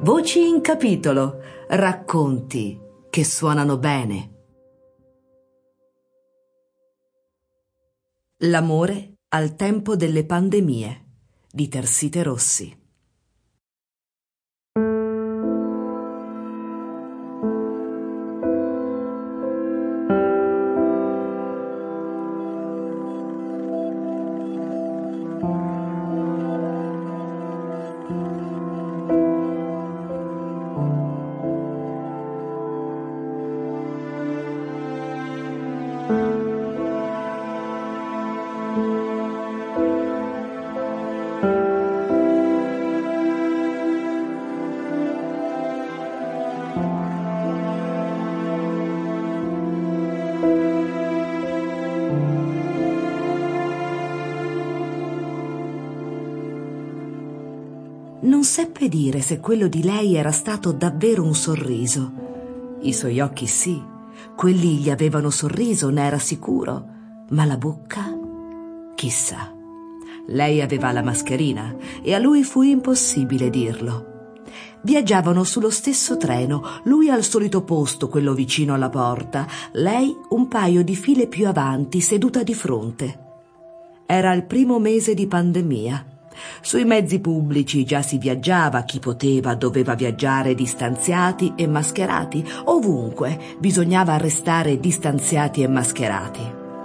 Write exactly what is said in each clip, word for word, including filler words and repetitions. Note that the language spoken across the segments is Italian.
Voci in capitolo, racconti che suonano bene. L'amore al tempo delle pandemie di Tersite Rossi. Non seppe dire se quello di lei era stato davvero un sorriso. I suoi occhi sì, quelli gli avevano sorriso, ne era sicuro, ma la bocca? Chissà. Lei aveva la mascherina e a lui fu impossibile dirlo. Viaggiavano sullo stesso treno, lui al solito posto, quello vicino alla porta, lei un paio di file più avanti, seduta di fronte. Era il primo mese di pandemia. Sui mezzi pubblici già si viaggiava, chi poteva doveva viaggiare distanziati e mascherati, ovunque bisognava restare distanziati e mascherati.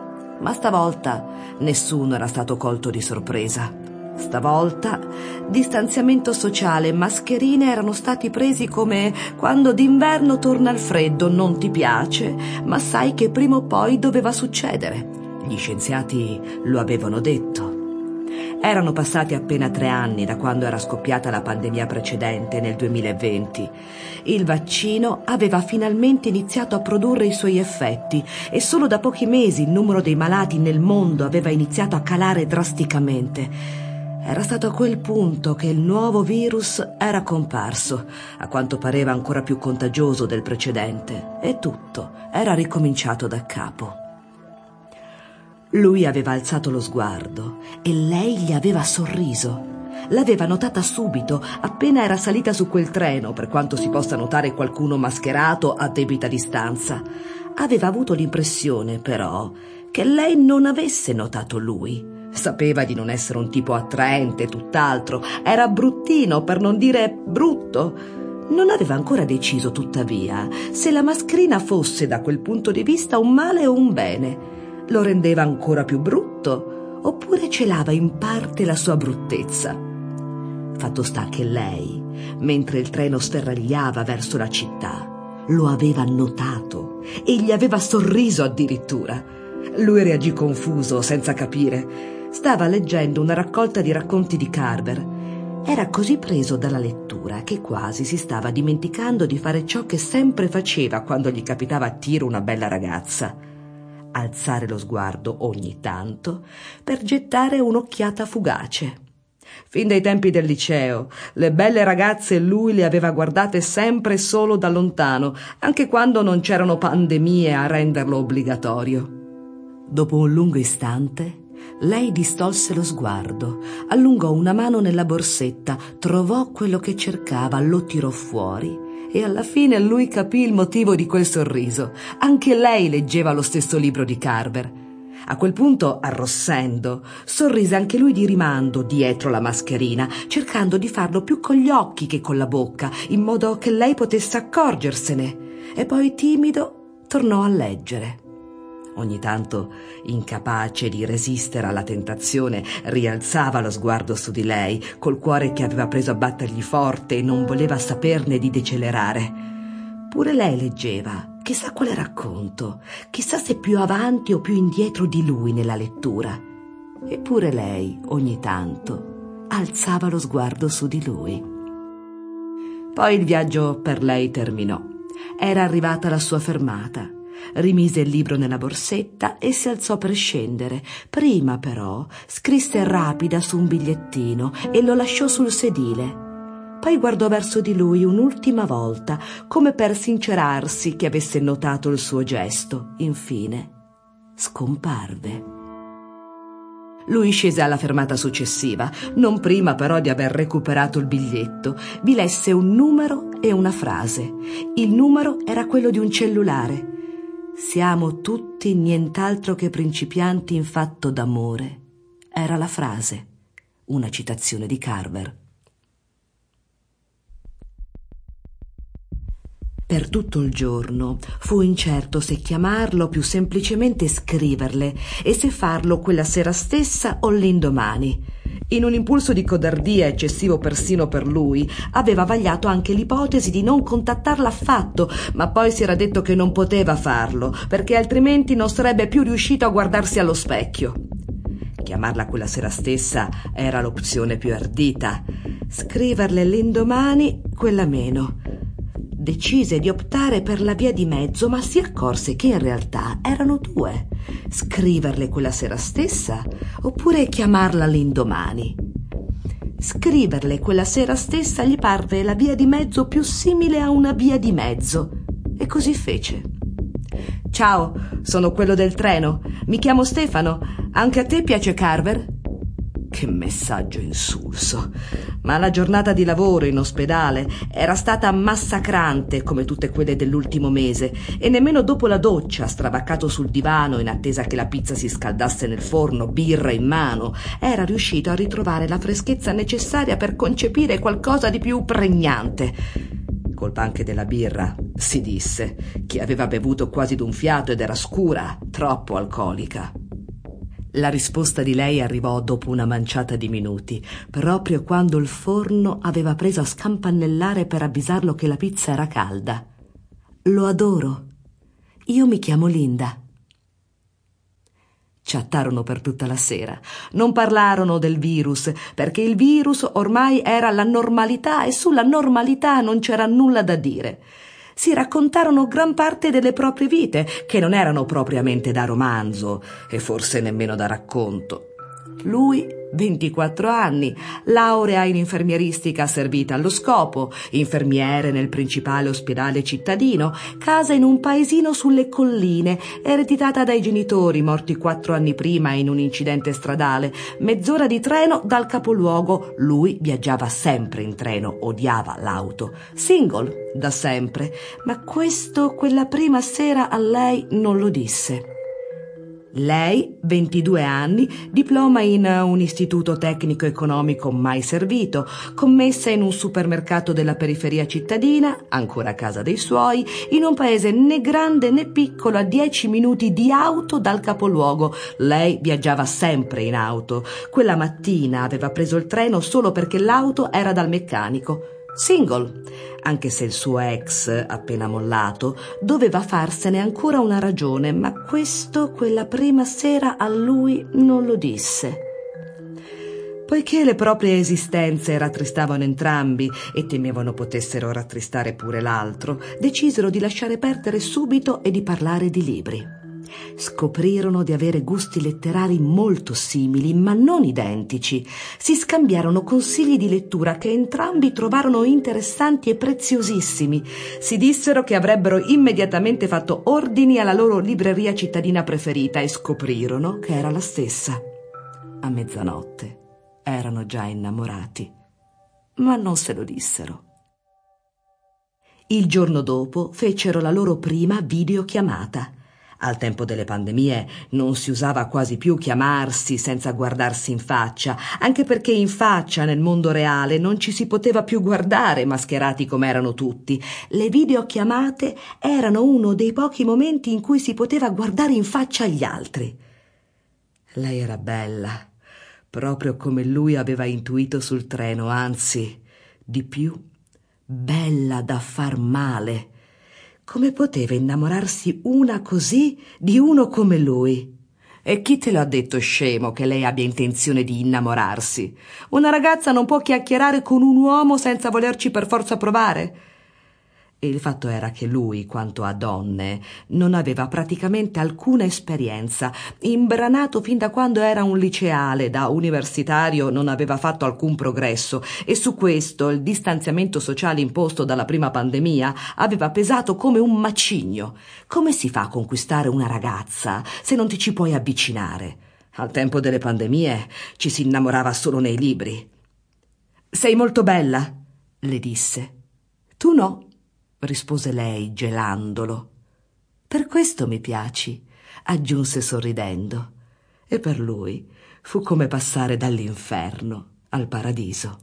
Ma stavolta nessuno era stato colto di sorpresa. Stavolta distanziamento sociale e mascherine erano stati presi come quando d'inverno torna il freddo, non ti piace, ma sai che prima o poi doveva succedere. Gli scienziati lo avevano detto. Erano passati appena tre anni da quando era scoppiata la pandemia precedente, nel duemilaventi. Il vaccino aveva finalmente iniziato a produrre i suoi effetti e solo da pochi mesi il numero dei malati nel mondo aveva iniziato a calare drasticamente. Era stato a quel punto che il nuovo virus era comparso, a quanto pareva ancora più contagioso del precedente, e tutto era ricominciato da capo. Lui aveva alzato lo sguardo e lei gli aveva sorriso. L'aveva notata subito, appena era salita su quel treno, per quanto si possa notare qualcuno mascherato a debita distanza. Aveva avuto l'impressione, però, che lei non avesse notato lui. Sapeva di non essere un tipo attraente, tutt'altro. Era bruttino, per non dire brutto. Non aveva ancora deciso, tuttavia, se la mascherina fosse, da quel punto di vista, un male o un bene. Lo rendeva ancora più brutto, oppure celava in parte la sua bruttezza. Fatto sta che lei, mentre il treno sferragliava verso la città, lo aveva notato e gli aveva sorriso addirittura. Lui reagì confuso, senza capire. Stava leggendo una raccolta di racconti di Carver. Era così preso dalla lettura che quasi si stava dimenticando di fare ciò che sempre faceva quando gli capitava a tiro una bella ragazza: alzare lo sguardo ogni tanto per gettare un'occhiata fugace. Fin dai tempi del liceo, le belle ragazze lui le aveva guardate sempre solo da lontano, anche quando non c'erano pandemie a renderlo obbligatorio. Dopo un lungo istante, lei distolse lo sguardo, allungò una mano nella borsetta, trovò quello che cercava, lo tirò fuori e alla fine lui capì il motivo di quel sorriso. Anche lei leggeva lo stesso libro di Carver. A quel punto, arrossendo, sorrise anche lui di rimando dietro la mascherina, cercando di farlo più con gli occhi che con la bocca, in modo che lei potesse accorgersene, e poi timido tornò a leggere. Ogni tanto, incapace di resistere alla tentazione, rialzava lo sguardo su di lei, col cuore che aveva preso a battergli forte e non voleva saperne di decelerare. Pure lei leggeva, chissà quale racconto, chissà se più avanti o più indietro di lui nella lettura. Eppure lei, ogni tanto, alzava lo sguardo su di lui. Poi il viaggio per lei terminò. Era arrivata la sua fermata. Rimise il libro nella borsetta e si alzò per scendere. Prima, però, scrisse rapida su un bigliettino e lo lasciò sul sedile. Poi guardò verso di lui un'ultima volta, come per sincerarsi che avesse notato il suo gesto. Infine, scomparve. Lui scese alla fermata successiva, non prima però di aver recuperato il biglietto. Vi lesse un numero e una frase. Il numero era quello di un cellulare. «Siamo tutti nient'altro che principianti in fatto d'amore», era la frase, una citazione di Carver. Per tutto il giorno fu incerto se chiamarlo o più semplicemente scriverle e se farlo quella sera stessa o l'indomani. In un impulso di codardia eccessivo persino per lui, aveva vagliato anche l'ipotesi di non contattarla affatto, ma poi si era detto che non poteva farlo, perché altrimenti non sarebbe più riuscito a guardarsi allo specchio. Chiamarla quella sera stessa era l'opzione più ardita. Scriverle l'indomani, quella meno. Decise di optare per la via di mezzo, ma si accorse che in realtà erano due: scriverle quella sera stessa oppure chiamarla l'indomani. Scriverle quella sera stessa gli parve la via di mezzo più simile a una via di mezzo, e così fece. «Ciao, sono quello del treno. Mi chiamo Stefano. Anche a te piace Carver?» Che messaggio insulso! Ma la giornata di lavoro in ospedale era stata massacrante come tutte quelle dell'ultimo mese, e nemmeno dopo la doccia, stravaccato sul divano in attesa che la pizza si scaldasse nel forno, birra in mano, era riuscito a ritrovare la freschezza necessaria per concepire qualcosa di più pregnante. Colpa anche della birra, si disse, che aveva bevuto quasi d'un fiato ed era scura, troppo alcolica. La risposta di lei arrivò dopo una manciata di minuti, proprio quando il forno aveva preso a scampannellare per avvisarlo che la pizza era calda. «Lo adoro. Io mi chiamo Linda». Chattarono per tutta la sera. Non parlarono del virus, perché il virus ormai era la normalità e sulla normalità non c'era nulla da dire. Si raccontarono gran parte delle proprie vite, che non erano propriamente da romanzo e forse nemmeno da racconto. Lui, ventiquattro anni, laurea in infermieristica servita allo scopo, infermiere nel principale ospedale cittadino, casa in un paesino sulle colline, ereditata dai genitori morti quattro anni prima in un incidente stradale, mezz'ora di treno dal capoluogo. Lui viaggiava sempre in treno, odiava l'auto, single da sempre, ma questo quella prima sera a lei non lo disse. Lei, ventidue anni, diploma in un istituto tecnico economico mai servito, commessa in un supermercato della periferia cittadina, ancora a casa dei suoi, in un paese né grande né piccolo, a dieci minuti di auto dal capoluogo. Lei viaggiava sempre in auto. Quella mattina aveva preso il treno solo perché l'auto era dal meccanico. Single, anche se il suo ex, appena mollato, doveva farsene ancora una ragione, ma questo quella prima sera a lui non lo disse. Poiché le proprie esistenze rattristavano entrambi e temevano potessero rattristare pure l'altro, decisero di lasciare perdere subito e di parlare di libri. Scoprirono di avere gusti letterari molto simili, ma non identici. Si scambiarono consigli di lettura che entrambi trovarono interessanti e preziosissimi. Si dissero che avrebbero immediatamente fatto ordini alla loro libreria cittadina preferita e scoprirono che era la stessa. A mezzanotte erano già innamorati, ma non se lo dissero. Il giorno dopo fecero la loro prima videochiamata. Al tempo delle pandemie non si usava quasi più chiamarsi senza guardarsi in faccia, anche perché in faccia nel mondo reale non ci si poteva più guardare, mascherati come erano tutti. Le videochiamate erano uno dei pochi momenti in cui si poteva guardare in faccia agli altri. Lei era bella, proprio come lui aveva intuito sul treno, anzi, di più, bella da far male. Come poteva innamorarsi una così di uno come lui? E chi te lo ha detto, scemo, che lei abbia intenzione di innamorarsi? Una ragazza non può chiacchierare con un uomo senza volerci per forza provare. E il fatto era che lui, quanto a donne, non aveva praticamente alcuna esperienza. Imbranato fin da quando era un liceale, da universitario non aveva fatto alcun progresso, e su questo il distanziamento sociale imposto dalla prima pandemia aveva pesato come un macigno. Come si fa a conquistare una ragazza se non ti ci puoi avvicinare? Al tempo delle pandemie ci si innamorava solo nei libri. «Sei molto bella», le disse. «Tu no», rispose lei gelandolo. «Per questo mi piaci», aggiunse sorridendo. E per lui fu come passare dall'inferno al paradiso.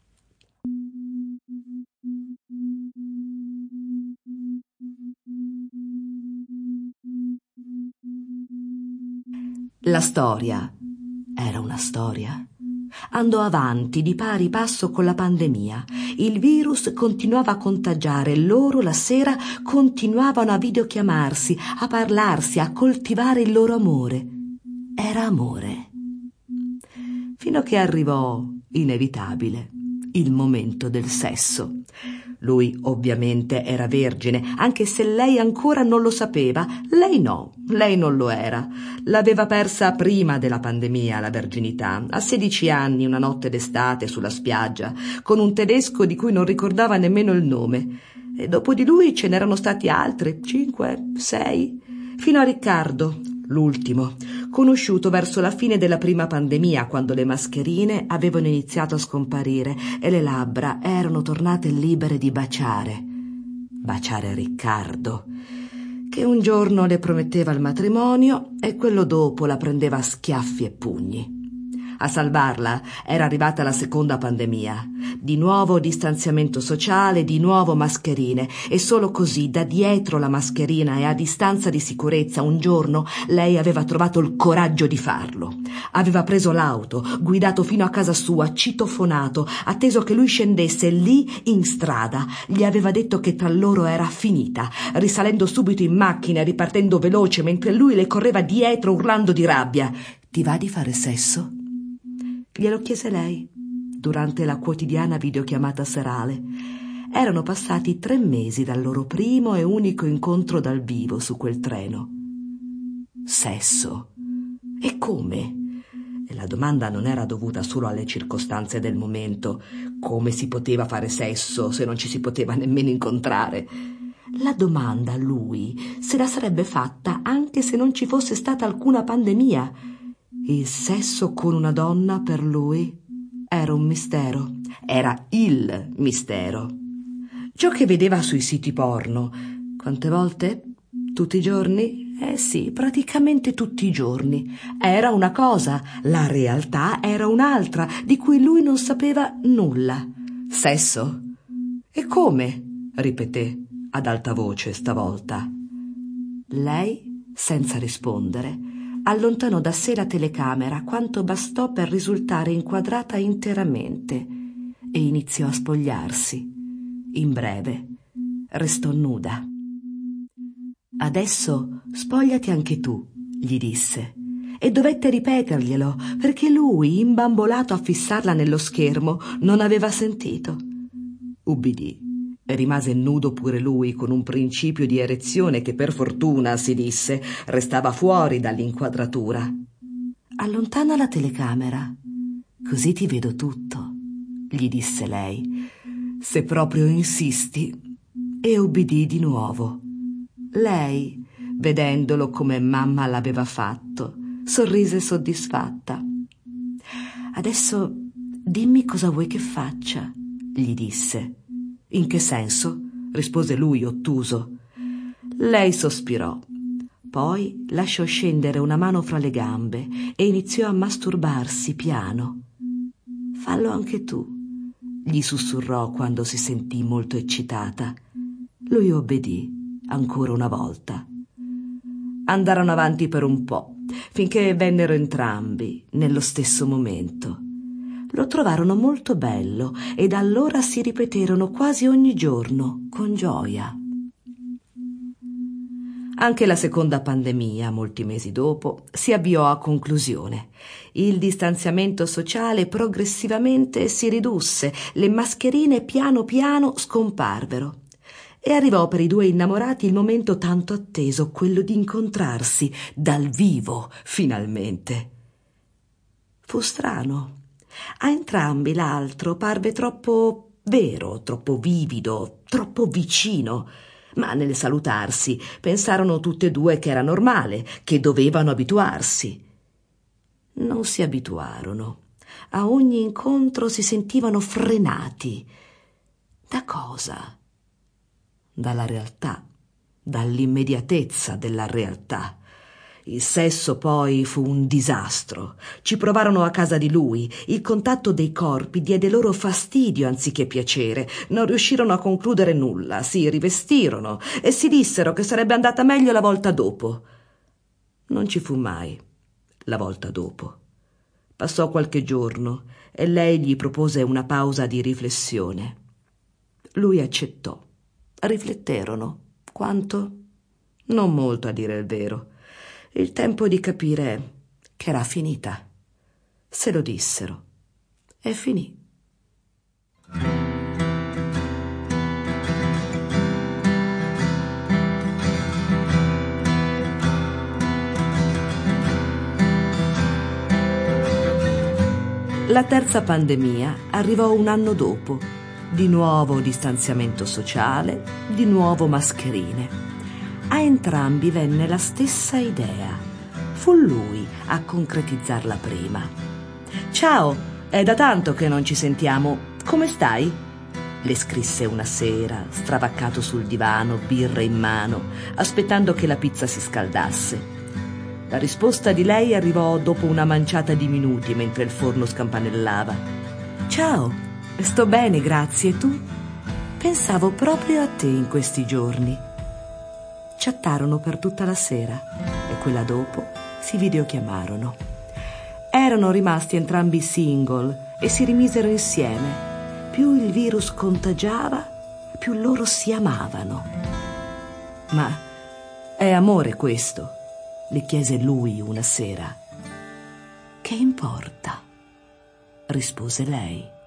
La storia era una storia. Andò avanti di pari passo con la pandemia. Il virus continuava a contagiare, loro la sera continuavano a videochiamarsi, a parlarsi, a coltivare il loro amore. Era amore. Fino a che arrivò, inevitabile, il momento del sesso. Lui ovviamente era vergine, anche se lei ancora non lo sapeva. Lei no, lei non lo era. L'aveva persa prima della pandemia, la verginità, a sedici anni, una notte d'estate sulla spiaggia, con un tedesco di cui non ricordava nemmeno il nome. E dopo di lui ce n'erano stati altri, cinque, sei, fino a Riccardo, l'ultimo, conosciuto verso la fine della prima pandemia, quando le mascherine avevano iniziato a scomparire e le labbra erano tornate libere di baciare. Baciare Riccardo, che un giorno le prometteva il matrimonio e quello dopo la prendeva a schiaffi e pugni. A salvarla era arrivata la seconda pandemia. Di nuovo distanziamento sociale, di nuovo mascherine, e solo così, da dietro la mascherina e a distanza di sicurezza, un giorno lei aveva trovato il coraggio di farlo. Aveva preso l'auto, guidato fino a casa sua, citofonato, atteso che lui scendesse lì in strada. Gli aveva detto che tra loro era finita, risalendo subito in macchina e ripartendo veloce mentre lui le correva dietro urlando di rabbia. «Ti va di fare sesso?» Glielo chiese lei, durante la quotidiana videochiamata serale. Erano passati tre mesi dal loro primo e unico incontro dal vivo su quel treno. Sesso? E come? E la domanda non era dovuta solo alle circostanze del momento. Come si poteva fare sesso se non ci si poteva nemmeno incontrare? La domanda lui se la sarebbe fatta anche se non ci fosse stata alcuna pandemia. Il sesso con una donna per lui era un mistero, era il mistero. Ciò che vedeva sui siti porno, quante volte? Tutti i giorni? Eh sì, praticamente tutti i giorni. Era una cosa, la realtà era un'altra, di cui lui non sapeva nulla. Sesso? E come? Ripeté ad alta voce stavolta. Lei, senza rispondere, allontanò da sé la telecamera quanto bastò per risultare inquadrata interamente e iniziò a spogliarsi. In breve, restò nuda. «Adesso spogliati anche tu», gli disse, e dovette ripeterglielo perché lui, imbambolato a fissarla nello schermo, non aveva sentito. Ubbidì. Rimase nudo pure lui, con un principio di erezione che per fortuna, si disse, restava fuori dall'inquadratura. «Allontana la telecamera, così ti vedo tutto», gli disse lei. «Se proprio insisti». E ubbidì di nuovo. Lei, vedendolo come mamma l'aveva fatto, sorrise soddisfatta. «Adesso dimmi cosa vuoi che faccia», gli disse. «In che senso?» rispose lui ottuso. Lei sospirò. Poi lasciò scendere una mano fra le gambe e iniziò a masturbarsi piano. «Fallo anche tu», gli sussurrò quando si sentì molto eccitata. Lui obbedì ancora una volta. Andarono avanti per un po', finché vennero entrambi nello stesso momento. Lo trovarono molto bello e da allora si ripeterono quasi ogni giorno, con gioia. Anche la seconda pandemia, molti mesi dopo, si avviò a conclusione. Il distanziamento sociale progressivamente si ridusse, le mascherine piano piano scomparvero. E arrivò per i due innamorati il momento tanto atteso, quello di incontrarsi dal vivo, finalmente. Fu strano. A entrambi l'altro parve troppo vero, troppo vivido, troppo vicino, ma nel salutarsi pensarono tutte e due che era normale, che dovevano abituarsi. Non si abituarono. A ogni incontro si sentivano frenati. Da cosa? Dalla realtà, dall'immediatezza della realtà. Il sesso poi fu un disastro. Ci provarono a casa di lui. Il contatto dei corpi diede loro fastidio anziché piacere. Non riuscirono a concludere nulla. Si rivestirono e si dissero che sarebbe andata meglio la volta dopo. Non ci fu mai la volta dopo. Passò qualche giorno e lei gli propose una pausa di riflessione. Lui accettò. Rifletterono. Quanto? Non molto, a dire il vero. Il tempo di capire che era finita. Se lo dissero e finì. La terza pandemia arrivò un anno dopo. Di nuovo distanziamento sociale, di nuovo mascherine. A entrambi venne la stessa idea. Fu lui a concretizzarla prima. «Ciao, è da tanto che non ci sentiamo. Come stai?» Le scrisse una sera, stravaccato sul divano, birra in mano, aspettando che la pizza si scaldasse. La risposta di lei arrivò dopo una manciata di minuti mentre il forno scampanellava. «Ciao, sto bene, grazie. E tu?» «Pensavo proprio a te in questi giorni». Chattarono per tutta la sera e quella dopo si videochiamarono. Erano rimasti entrambi single e si rimisero insieme. Più il virus contagiava, più loro si amavano. «Ma è amore questo?» le chiese lui una sera. «Che importa?» rispose lei.